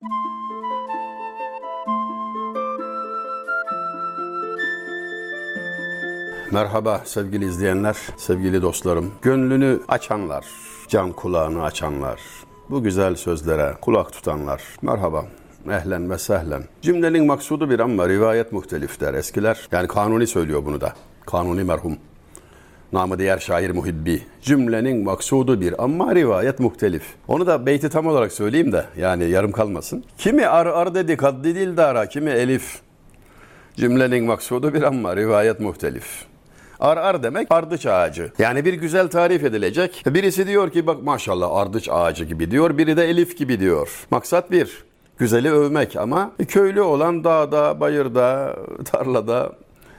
Merhaba sevgili izleyenler, sevgili dostlarım. Gönlünü açanlar, can kulağını açanlar, bu güzel sözlere kulak tutanlar. Merhaba, ehlen ve sehlen. Cümlenin maksudu bir ama rivayet muhtelif der eskiler. Yani Kanuni söylüyor bunu da. Kanuni merhum. Namı diğer şair Muhibbi. Cümlenin maksudu bir ama rivayet muhtelif. Onu da beyti tam olarak söyleyeyim de yani yarım kalmasın. Kimi ar dedi kaddi dildara, kimi elif. Cümlenin maksudu bir ama rivayet muhtelif. Ar demek ardıç ağacı. Yani bir güzel tarif edilecek. Birisi diyor ki bak maşallah ardıç ağacı gibi diyor. Biri de elif gibi diyor. Maksat bir. Güzeli övmek ama köylü olan dağda, bayırda, tarlada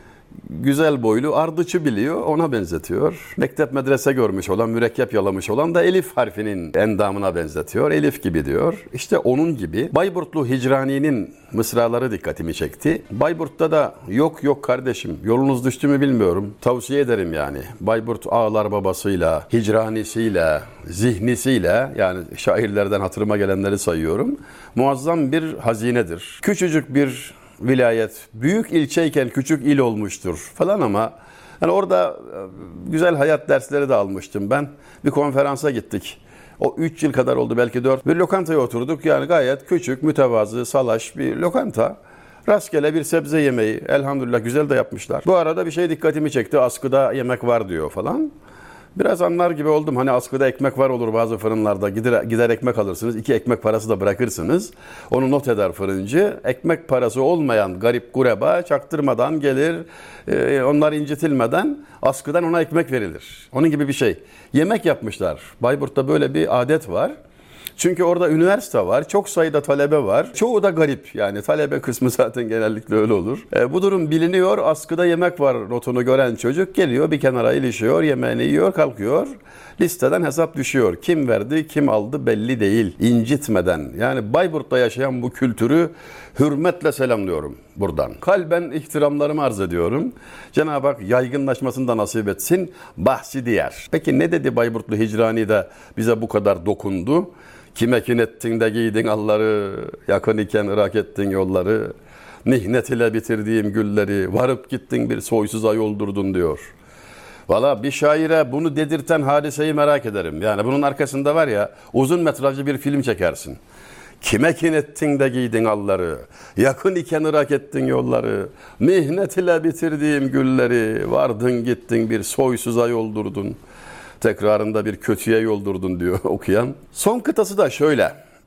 güzel boylu ardıçı biliyor, ona benzetiyor. Mektep medrese görmüş olan, mürekkep yalamış olan da elif harfinin endamına benzetiyor. Elif gibi diyor. İşte onun gibi Bayburtlu Hicrani'nin mısraları dikkatimi çekti. Bayburt'ta da yok kardeşim, yolunuz düştü mü bilmiyorum. Tavsiye ederim yani. Bayburt ağlar babasıyla, hicranisiyle, zihnisiyle, yani şairlerden hatırıma gelenleri sayıyorum. Muazzam bir hazinedir. Küçücük bir vilayet, büyük ilçeyken küçük il olmuştur falan ama yani orada güzel hayat dersleri de almıştım ben. Bir konferansa gittik. O 3 yıl kadar oldu, belki 4. Bir lokantaya oturduk. Yani gayet küçük, mütevazı, salaş bir lokanta. Rastgele bir sebze yemeği. Elhamdülillah güzel de yapmışlar. Bu arada bir şey dikkatimi çekti. Askıda yemek var diyor falan. Biraz anlar gibi oldum. Hani askıda ekmek var olur bazı fırınlarda. Gider ekmek alırsınız. 2 ekmek parası da bırakırsınız. Onu not eder fırıncı. Ekmek parası olmayan garip gureba çaktırmadan gelir. Onlar incitilmeden askıdan ona ekmek verilir. Onun gibi bir şey. Yemek yapmışlar. Bayburt'ta böyle bir adet var. Çünkü orada üniversite var, çok sayıda talebe var. Çoğu da garip, yani talebe kısmı zaten genellikle öyle olur. Bu durum biliniyor, askıda yemek var notunu gören çocuk geliyor, bir kenara ilişiyor, yemeğini yiyor, kalkıyor. Listeden hesap düşüyor. Kim verdi, kim aldı belli değil. İncitmeden, yani Bayburt'ta yaşayan bu kültürü hürmetle selamlıyorum buradan. Kalben ihtiramlarımı arz ediyorum. Cenab-ı Hak yaygınlaşmasını da nasip etsin. Bahsi diğer. Peki ne dedi Bayburtlu Hicrani de bize bu kadar dokundu? Kime kin ettin de giydin alları, yakın iken ırak ettin yolları, mihnet ile bitirdiğim gülleri, varıp gittin bir soysuza yoldurdun diyor. Valla bir şaire bunu dedirten hadiseyi merak ederim. Yani bunun arkasında var ya, uzun metrajlı bir film çekersin. Kime kin ettin de giydin alları, yakın iken ırak ettin yolları, mihnet ile bitirdiğim gülleri, vardın gittin bir soysuza yoldurdun. Tekrarında bir kötüye yoldurdun diyor okuyan. Son kıtası da şöyle.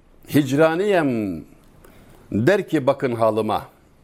Hicraniyem der ki bakın halıma,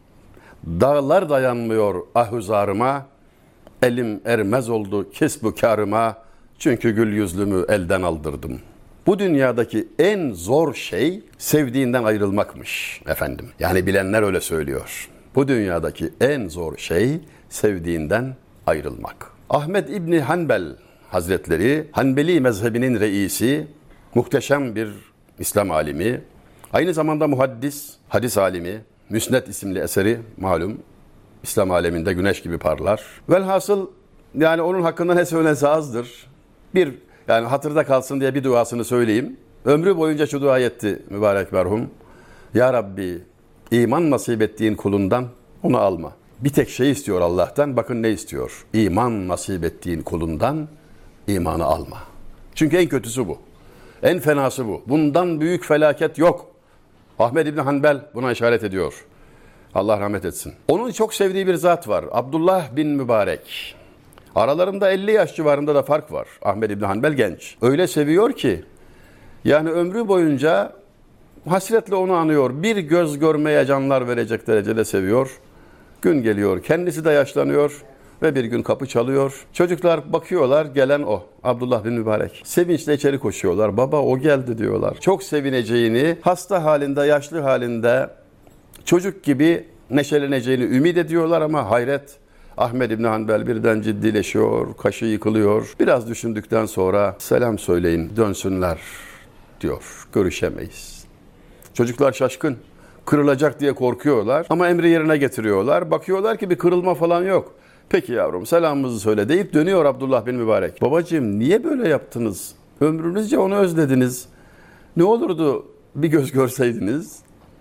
dağlar dayanmıyor ahuzarıma, elim ermez oldu kesbu kârıma, çünkü gül yüzlümü elden aldırdım. Bu dünyadaki en zor şey sevdiğinden ayrılmakmış efendim. Yani bilenler öyle söylüyor. Bu dünyadaki en zor şey sevdiğinden ayrılmak. Ahmed İbni Hanbel Hazretleri, Hanbeli mezhebinin reisi, muhteşem bir İslam alimi, aynı zamanda muhaddis, hadis alimi, Müsned isimli eseri malum, İslam aleminde güneş gibi parlar. Velhasıl yani onun hakkında ne söylense azdır. Yani hatırda kalsın diye bir duasını söyleyeyim. Ömrü boyunca şu dua etti mübarek merhum. Ya Rabbi, iman nasip ettiğin kulundan onu alma. Bir tek şey istiyor Allah'tan, bakın ne istiyor? İman nasip ettiğin kulundan imanı alma. Çünkü en kötüsü bu. En fenası bu. Bundan büyük felaket yok. Ahmed İbni Hanbel buna işaret ediyor. Allah rahmet etsin. Onun çok sevdiği bir zat var. Abdullah bin Mübarek. Aralarında 50 yaş civarında da fark var. Ahmed İbni Hanbel genç. Öyle seviyor ki yani ömrü boyunca hasretle onu anıyor. Bir göz görmeye canlar verecek derecede seviyor. Gün geliyor. Kendisi de yaşlanıyor. Ve bir gün kapı çalıyor. Çocuklar bakıyorlar, gelen o. Abdullah bin Mübarek. Sevinçle içeri koşuyorlar. Baba o geldi diyorlar. Çok sevineceğini, hasta halinde, yaşlı halinde, çocuk gibi neşeleneceğini ümit ediyorlar ama hayret. Ahmed İbni Hanbel birden ciddileşiyor, kaşı yıkılıyor. Biraz düşündükten sonra selam söyleyin, dönsünler diyor. Görüşemeyiz. Çocuklar şaşkın. Kırılacak diye korkuyorlar ama emri yerine getiriyorlar. Bakıyorlar ki bir kırılma falan yok. Peki yavrum selamımızı söyle deyip dönüyor Abdullah bin Mübarek. Babacığım niye böyle yaptınız? Ömrünüzce onu özlediniz. Ne olurdu bir göz görseydiniz?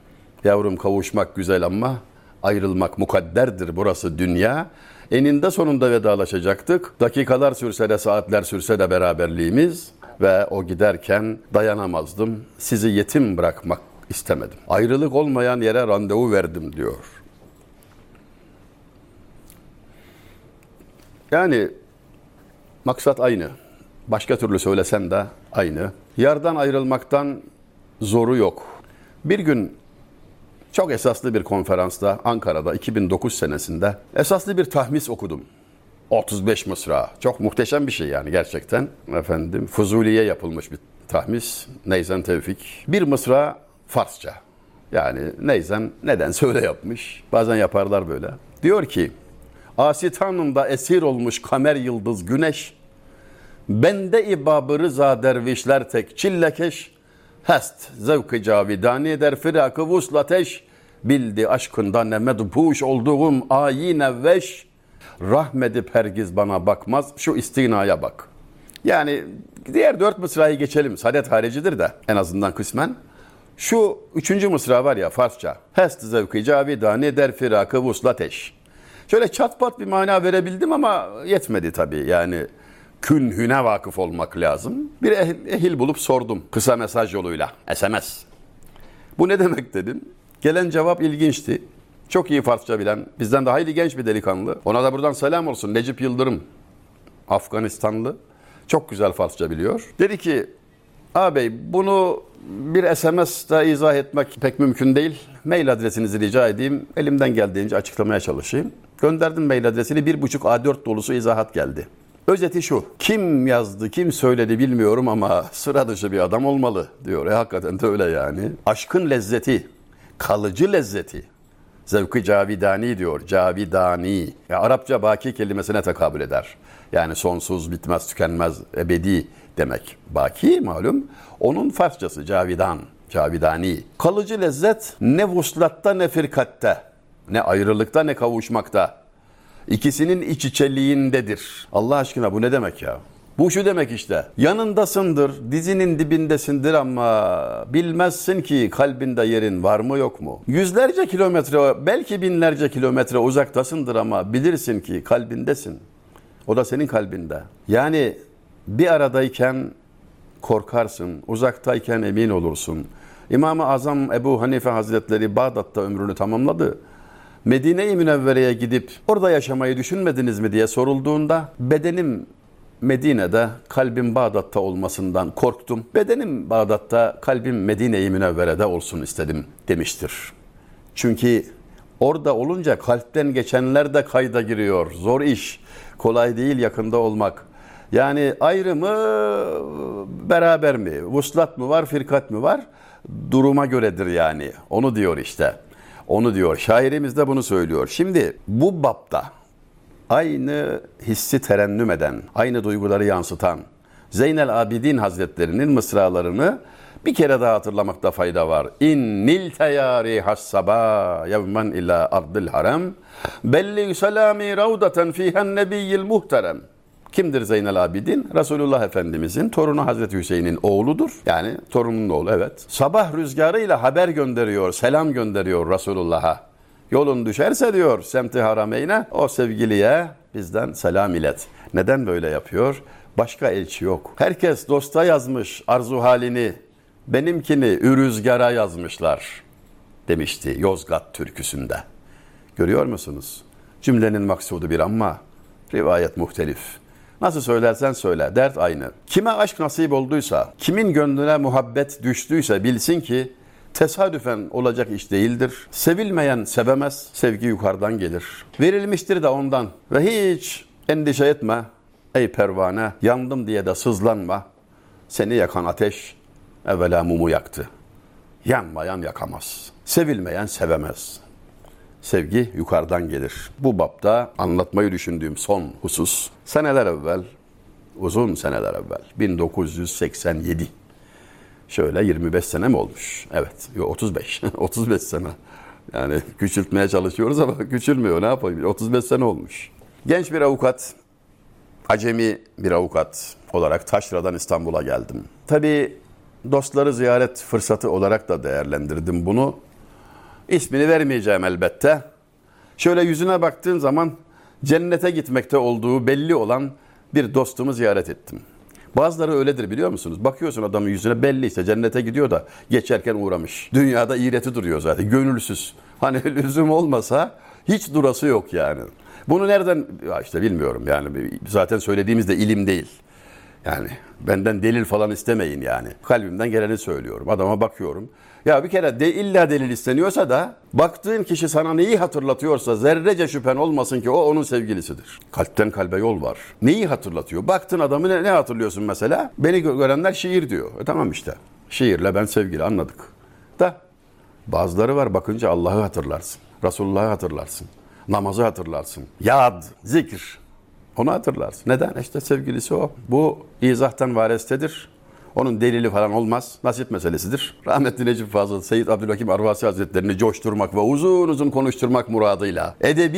Yavrum kavuşmak güzel ama ayrılmak mukadderdir, burası dünya. Eninde sonunda vedalaşacaktık. Dakikalar sürse de saatler sürse de beraberliğimiz ve o giderken dayanamazdım. Sizi yetim bırakmak istemedim. Ayrılık olmayan yere randevu verdim diyor. Yani maksat aynı. Başka türlü söylesem de aynı. Yardan ayrılmaktan zoru yok. Bir gün çok esaslı bir konferansta Ankara'da 2009 senesinde esaslı bir tahmis okudum. 35 mısra. Çok muhteşem bir şey yani gerçekten. Efendim Fuzuli'ye yapılmış bir tahmis. Neyzen Tevfik. Bir mısra Farsça. Yani Neyzen nedense öyle yapmış. Bazen yaparlar böyle. Diyor ki Asitanımda esir olmuş kamer yıldız güneş, bende ibabı rıza dervişler tek çillekeş, hest zevk-i cavidani der firakı vuslateş, bildi aşkında ne medpuş olduğum ayine veş, rahmedip hergiz bana bakmaz, şu istinaya bak. Yani diğer 4 mısrayı geçelim, saadet haricidir de en azından kısmen. Şu 3. mısra var ya Farsça, hest zevk-i cavidani der firakı vuslateş. Şöyle çat pat bir mana verebildim ama yetmedi tabii. Yani künhüne vakıf olmak lazım. Bir ehil bulup sordum kısa mesaj yoluyla. SMS. Bu ne demek dedim. Gelen cevap ilginçti. Çok iyi Farsça bilen, bizden daha iyi genç bir delikanlı. Ona da buradan selam olsun. Necip Yıldırım, Afganistanlı. Çok güzel Farsça biliyor. Dedi ki, ağabey bunu bir SMS'te izah etmek pek mümkün değil. Mail adresinizi rica edeyim. Elimden geldiğince açıklamaya çalışayım. Gönderdim mail adresini. 1,5 A4 dolusu izahat geldi. Özeti şu. Kim yazdı, kim söyledi bilmiyorum ama sıra dışı bir adam olmalı diyor. Hakikaten de öyle yani. Aşkın lezzeti, kalıcı lezzeti. Zevk-i cavidani diyor. Cavidani. Ya Arapça baki kelimesine tekabül eder. Yani sonsuz, bitmez, tükenmez, ebedi demek. Baki malum. Onun Farsçası cavidan, cavidani. Kalıcı lezzet ne vuslatta ne firkatte, ne ayrılıkta ne kavuşmakta. İkisinin iç içeliğindedir. Allah aşkına bu ne demek ya? Bu şu demek işte. Yanındasındır, dizinin dibindesindir ama bilmezsin ki kalbinde yerin var mı yok mu? Yüzlerce kilometre, belki binlerce kilometre uzaktasındır ama bilirsin ki kalbindesin. O da senin kalbinde. Yani bir aradayken korkarsın, uzaktayken emin olursun. İmam-ı Azam Ebu Hanife Hazretleri Bağdat'ta ömrünü tamamladı. Medine-i Münevvere'ye gidip orada yaşamayı düşünmediniz mi diye sorulduğunda bedenim Medine'de, kalbim Bağdat'ta olmasından korktum. Bedenim Bağdat'ta, kalbim Medine-i Münevvere'de olsun istedim demiştir. Çünkü orada olunca kalpten geçenler de kayda giriyor. Zor iş, kolay değil yakında olmak. Yani ayrı mı, beraber mi, vuslat mı var, firkat mı var? Duruma göredir yani. Onu diyor işte. Onu diyor. Şairimiz de bunu söylüyor. Şimdi bu bapta aynı hissi terennüm eden, aynı duyguları yansıtan Zeynel Abidin Hazretleri'nin mısralarını bir kere daha hatırlamakta fayda var. İnnil teyari hassaba yevmen ila ardil harem belli selami ravdaten fihen nebiyyil muhterem. Kimdir Zeynel Abidin? Resulullah Efendimizin torunu Hazreti Hüseyin'in oğludur. Yani torunun oğlu evet. Sabah rüzgarıyla haber gönderiyor, selam gönderiyor Resulullah'a. Yolun düşerse diyor semti harameyne o sevgiliye bizden selam ilet. Neden böyle yapıyor? Başka elçi yok. Herkes dosta yazmış arzu halini. Benimkini ürüzgara yazmışlar demişti Yozgat türküsünde. Görüyor musunuz? Cümlenin maksudu bir ama rivayet muhtelif. Nasıl söylersen söyle, dert aynı. Kime aşk nasip olduysa, kimin gönlüne muhabbet düştüyse bilsin ki tesadüfen olacak iş değildir. Sevilmeyen sevemez, sevgi yukarıdan gelir. Verilmiştir de ondan ve hiç endişe etme ey pervane, yandım diye de sızlanma. Seni yakan ateş evvela mumu yaktı. Yanmayan yakamaz. Sevilmeyen sevemez. Sevgi yukarıdan gelir. Bu bapta anlatmayı düşündüğüm son husus seneler evvel, uzun seneler evvel, 1987. Şöyle 25 sene mi olmuş? Evet, 35. 35 sene. Yani küçültmeye çalışıyoruz ama küçülmüyor. Ne yapayım? 35 sene olmuş. Genç bir avukat, acemi bir avukat olarak Taşra'dan İstanbul'a geldim. Tabii dostları ziyaret fırsatı olarak da değerlendirdim bunu. İsmini vermeyeceğim elbette. Şöyle yüzüne baktığın zaman cennete gitmekte olduğu belli olan bir dostumu ziyaret ettim. Bazıları öyledir biliyor musunuz? Bakıyorsun adamın yüzüne, belli işte cennete gidiyor da geçerken uğramış. Dünyada iğreti duruyor zaten, gönülsüz. Hani lüzum olmasa hiç durası yok yani. Bunu nereden, ya işte bilmiyorum yani, zaten söylediğimiz de ilim değil. Yani benden delil falan istemeyin yani. Kalbimden geleni söylüyorum. Adama bakıyorum. Ya bir kere illa delil isteniyorsa da baktığın kişi sana neyi hatırlatıyorsa zerrece şüphen olmasın ki o onun sevgilisidir. Kalpten kalbe yol var. Neyi hatırlatıyor? Baktın adamı ne hatırlıyorsun mesela? Beni görenler şiir diyor. Tamam işte. Şiirle ben sevgili, anladık. Da bazıları var, bakınca Allah'ı hatırlarsın. Resulullah'ı hatırlarsın. Namazı hatırlarsın. Yad, zikir. Onu hatırlarsın. Neden? İşte sevgilisi o. Bu izahtan varestedir. Onun delili falan olmaz. Nasip meselesidir. Rahmetli Necip Fazıl, Seyyid Abdülhakim Arvasi Hazretlerini coşturmak ve uzun uzun konuşturmak muradıyla,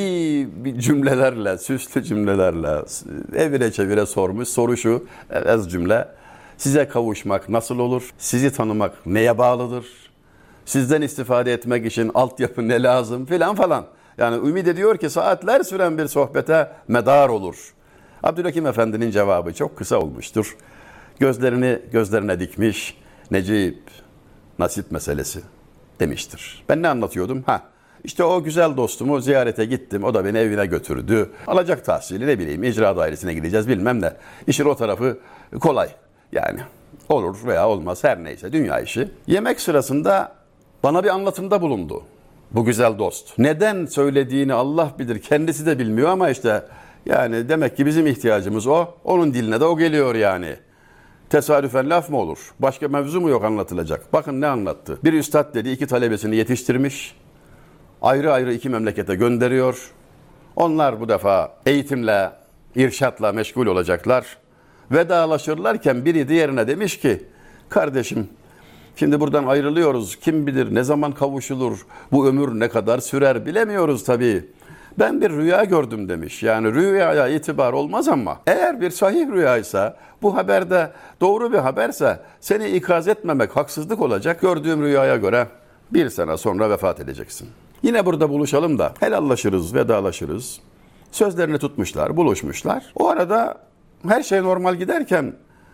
edebi cümlelerle, süslü cümlelerle evire çevire sormuş. Soru şu, ez cümle. Size kavuşmak nasıl olur? Sizi tanımak neye bağlıdır? Sizden istifade etmek için altyapı ne lazım? Filan falan. Yani ümit ediyor ki saatler süren bir sohbete medar olur. Abdülhakim Efendi'nin cevabı çok kısa olmuştur. Gözlerini gözlerine dikmiş, Necip, nasip meselesi demiştir. Ben ne anlatıyordum? İşte o güzel dostumu ziyarete gittim. O da beni evine götürdü. Alacak tahsili, ne bileyim, icra dairesine gideceğiz bilmem ne. İşin o tarafı kolay. Yani olur veya olmaz, her neyse, dünya işi. Yemek sırasında bana bir anlatımda bulundu bu güzel dost. Neden söylediğini Allah bilir, kendisi de bilmiyor ama işte yani demek ki bizim ihtiyacımız o. Onun diline de o geliyor yani. Tesadüfen laf mı olur? Başka mevzu mu yok anlatılacak? Bakın ne anlattı. Bir üstad dedi, 2 talebesini yetiştirmiş. Ayrı ayrı 2 memlekete gönderiyor. Onlar bu defa eğitimle, irşatla meşgul olacaklar. Vedalaşırlarken biri diğerine demiş ki, kardeşim, şimdi buradan ayrılıyoruz. Kim bilir ne zaman kavuşulur? Bu ömür ne kadar sürer bilemiyoruz tabii. Ben bir rüya gördüm demiş. Yani rüyaya itibar olmaz ama eğer bir sahih rüyaysa, bu haberde doğru bir haberse seni ikaz etmemek haksızlık olacak. Gördüğüm rüyaya göre 1 sene sonra vefat edeceksin. Yine burada buluşalım da helallaşırız, vedalaşırız. Sözlerini tutmuşlar, buluşmuşlar. O arada her şey normal giderken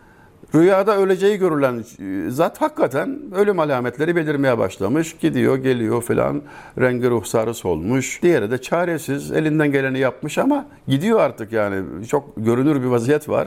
rüyada öleceği görülen zat hakikaten ölüm alametleri belirmeye başlamış. Gidiyor, geliyor filan, rengi ruhsarı solmuş. Diğeri de çaresiz, elinden geleni yapmış ama gidiyor artık yani. Çok görünür bir vaziyet var.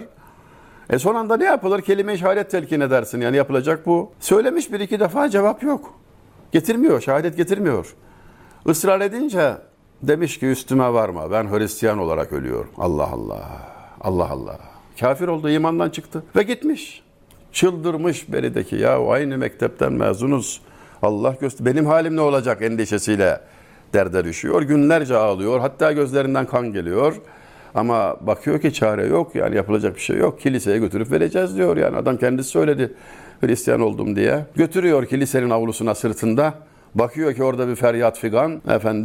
Son anda ne yapılır? Kelime-i şehadet telkin edersin. Yani yapılacak bu. Söylemiş 1-2 defa, cevap yok. Getirmiyor, şehadet getirmiyor. Israr edince demiş ki üstüme varma, ben Hristiyan olarak ölüyorum. Allah Allah, Allah Allah. Kafir oldu, imandan çıktı ve gitmiş. Çıldırmış berideki, ya aynı mektepten mezunuz. Allah benim halim ne olacak endişesiyle derde düşüyor. Günlerce ağlıyor, hatta gözlerinden kan geliyor. Ama bakıyor ki çare yok, yani yapılacak bir şey yok. Kiliseye götürüp vereceğiz diyor yani. Adam kendisi söyledi Hristiyan oldum diye. Götürüyor kilisenin avlusuna sırtında. Bakıyor ki orada bir feryat figan.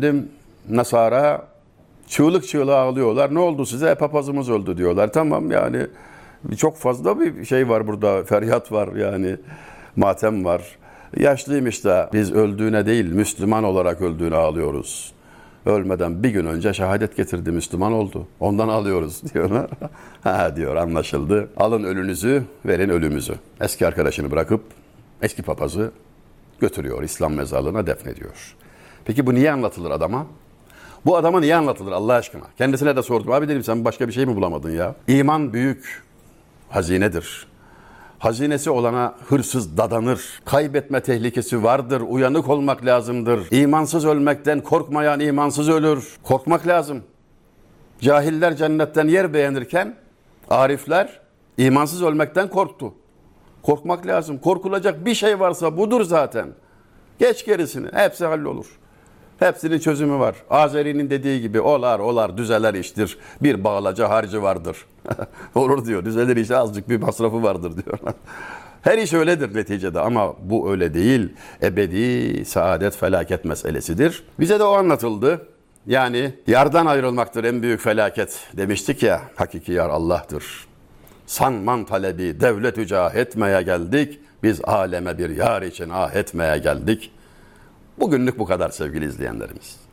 Nasara çığlık çığlığa ağlıyorlar. Ne oldu size? Papazımız öldü diyorlar. Tamam yani çok fazla bir şey var burada. Feryat var yani. Matem var. Yaşlıymış da biz öldüğüne değil, Müslüman olarak öldüğüne ağlıyoruz. Ölmeden bir gün önce şehadet getirdi, Müslüman oldu. Ondan alıyoruz diyorlar. Diyor, anlaşıldı. Alın ölünüzü, verin ölümüzü. Eski arkadaşını bırakıp eski papazı götürüyor, İslam mezarlığına defnediyor. Peki bu niye anlatılır adama? Bu adama niye anlatılır Allah aşkına? Kendisine de sordum. Abi dedim, sen başka bir şey mi bulamadın ya? İman büyük hazinedir. Hazinesi olana hırsız dadanır. Kaybetme tehlikesi vardır. Uyanık olmak lazımdır. İmansız ölmekten korkmayan imansız ölür. Korkmak lazım. Cahiller cennetten yer beğenirken arifler imansız ölmekten korktu. Korkmak lazım. Korkulacak bir şey varsa budur zaten. Geç gerisini. Hepsi hallolur. Hepsinin çözümü var. Azeri'nin dediği gibi olar düzeler iştir. Bir bağlaca harcı vardır. Olur diyor. Düzelir işte, azıcık bir masrafı vardır diyor. Her iş öyledir neticede ama bu öyle değil. Ebedi saadet felaket meselesidir. Bize de o anlatıldı. Yani yardan ayrılmaktır en büyük felaket demiştik ya. Hakiki yar Allah'tır. Sanman talebi devlet-ü cah etmeye geldik. Biz aleme bir yar için ah etmeye geldik. Bugünlük bu kadar sevgili izleyenlerimiz.